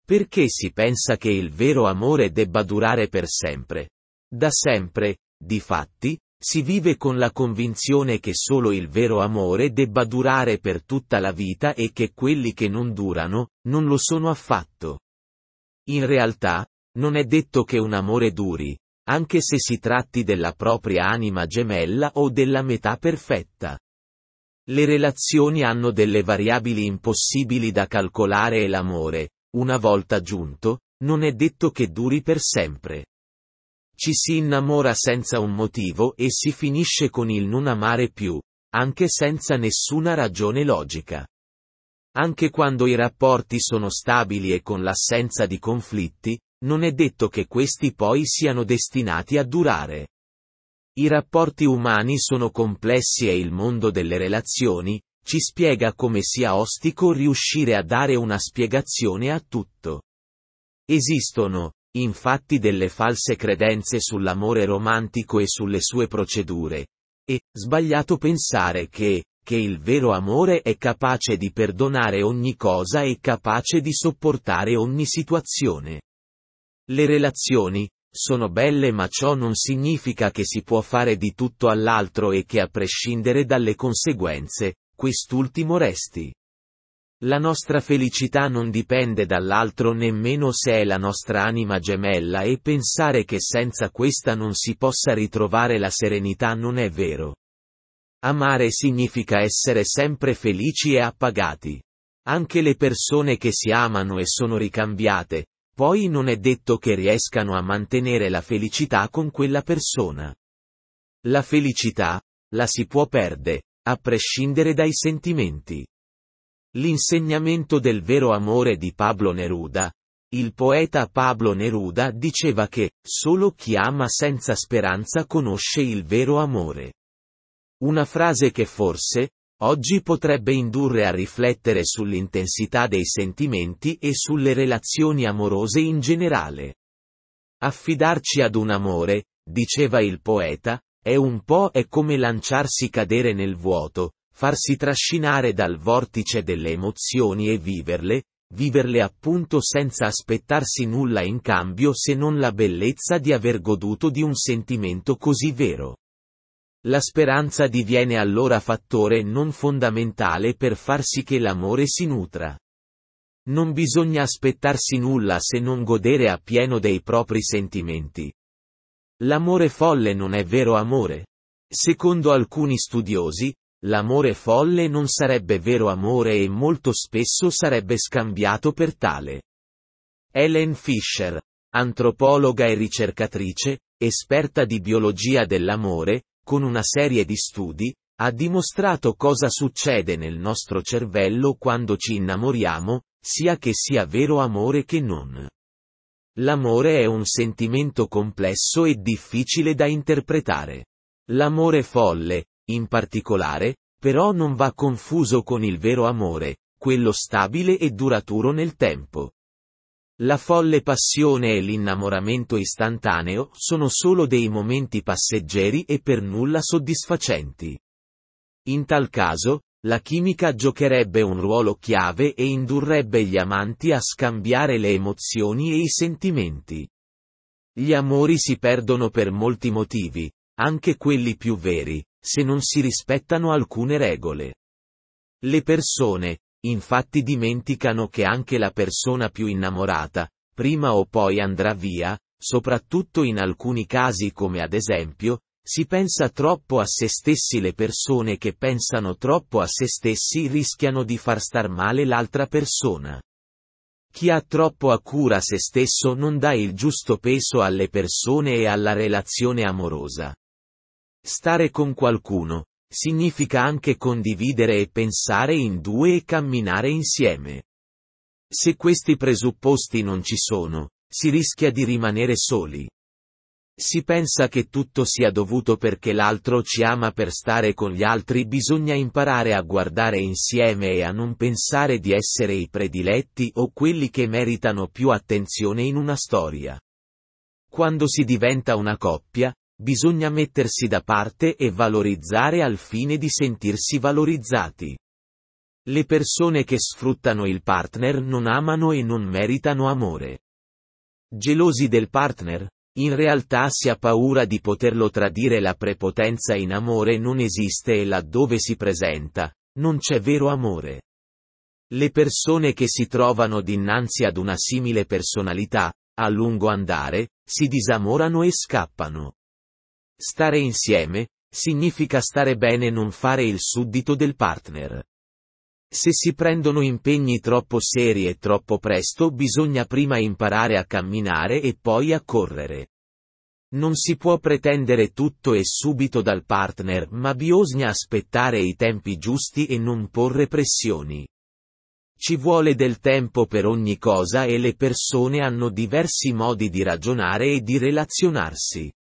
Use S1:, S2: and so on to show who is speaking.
S1: Perché si pensa che il vero amore debba durare per sempre? Da sempre, difatti, si vive con la convinzione che solo il vero amore debba durare per tutta la vita e che quelli che non durano, non lo sono affatto. In realtà, non è detto che un amore duri, anche se si tratti della propria anima gemella o della metà perfetta. Le relazioni hanno delle variabili impossibili da calcolare e l'amore, una volta giunto, non è detto che duri per sempre. Ci si innamora senza un motivo e si finisce con il non amare più, anche senza nessuna ragione logica. Anche quando i rapporti sono stabili e con l'assenza di conflitti, non è detto che questi poi siano destinati a durare. I rapporti umani sono complessi e il mondo delle relazioni ci spiega come sia ostico riuscire a dare una spiegazione a tutto. Esistono, infatti, delle false credenze sull'amore romantico e sulle sue procedure. È sbagliato pensare che il vero amore è capace di perdonare ogni cosa e capace di sopportare ogni situazione. Le relazioni sono belle, ma ciò non significa che si può fare di tutto all'altro e che a prescindere dalle conseguenze, quest'ultimo resti. La nostra felicità non dipende dall'altro nemmeno se è la nostra anima gemella, e pensare che senza questa non si possa ritrovare la serenità non è vero. Amare significa essere sempre felici e appagati. Anche le persone che si amano e sono ricambiate, poi non è detto che riescano a mantenere la felicità con quella persona. La felicità la si può perdere, a prescindere dai sentimenti. L'insegnamento del vero amore di Pablo Neruda. Il poeta Pablo Neruda diceva che solo chi ama senza speranza conosce il vero amore. Una frase che forse oggi potrebbe indurre a riflettere sull'intensità dei sentimenti e sulle relazioni amorose in generale. Affidarci ad un amore, diceva il poeta, è come lanciarsi cadere nel vuoto, farsi trascinare dal vortice delle emozioni e viverle appunto senza aspettarsi nulla in cambio se non la bellezza di aver goduto di un sentimento così vero. La speranza diviene allora fattore non fondamentale per far sì che l'amore si nutra. Non bisogna aspettarsi nulla se non godere appieno dei propri sentimenti. L'amore folle non è vero amore. Secondo alcuni studiosi, l'amore folle non sarebbe vero amore e molto spesso sarebbe scambiato per tale. Helen Fisher, antropologa e ricercatrice, esperta di biologia dell'amore, con una serie di studi, ha dimostrato cosa succede nel nostro cervello quando ci innamoriamo, sia che sia vero amore che non. L'amore è un sentimento complesso e difficile da interpretare. L'amore folle, in particolare, però non va confuso con il vero amore, quello stabile e duraturo nel tempo. La folle passione e l'innamoramento istantaneo sono solo dei momenti passeggeri e per nulla soddisfacenti. In tal caso, la chimica giocherebbe un ruolo chiave e indurrebbe gli amanti a scambiare le emozioni e i sentimenti. Gli amori si perdono per molti motivi, anche quelli più veri, se non si rispettano alcune regole. Le persone, infatti, dimenticano che anche la persona più innamorata, prima o poi andrà via, soprattutto in alcuni casi come ad esempio, si pensa troppo a se stessi. Le persone che pensano troppo a se stessi rischiano di far star male l'altra persona. Chi ha troppo a cura se stesso non dà il giusto peso alle persone e alla relazione amorosa. Stare con qualcuno significa anche condividere e pensare in due e camminare insieme. Se questi presupposti non ci sono, si rischia di rimanere soli. Si pensa che tutto sia dovuto perché l'altro ci ama per stare con gli altri. Bisogna imparare a guardare insieme e a non pensare di essere i prediletti o quelli che meritano più attenzione in una storia. Quando si diventa una coppia, bisogna mettersi da parte e valorizzare al fine di sentirsi valorizzati. Le persone che sfruttano il partner non amano e non meritano amore. Gelosi del partner? In realtà si ha paura di poterlo tradire. La prepotenza in amore non esiste e laddove si presenta, non c'è vero amore. Le persone che si trovano dinanzi ad una simile personalità, a lungo andare, si disamorano e scappano. Stare insieme, significa stare bene e non fare il suddito del partner. Se si prendono impegni troppo seri e troppo presto bisogna prima imparare a camminare e poi a correre. Non si può pretendere tutto e subito dal partner, ma bisogna aspettare i tempi giusti e non porre pressioni. Ci vuole del tempo per ogni cosa e le persone hanno diversi modi di ragionare e di relazionarsi.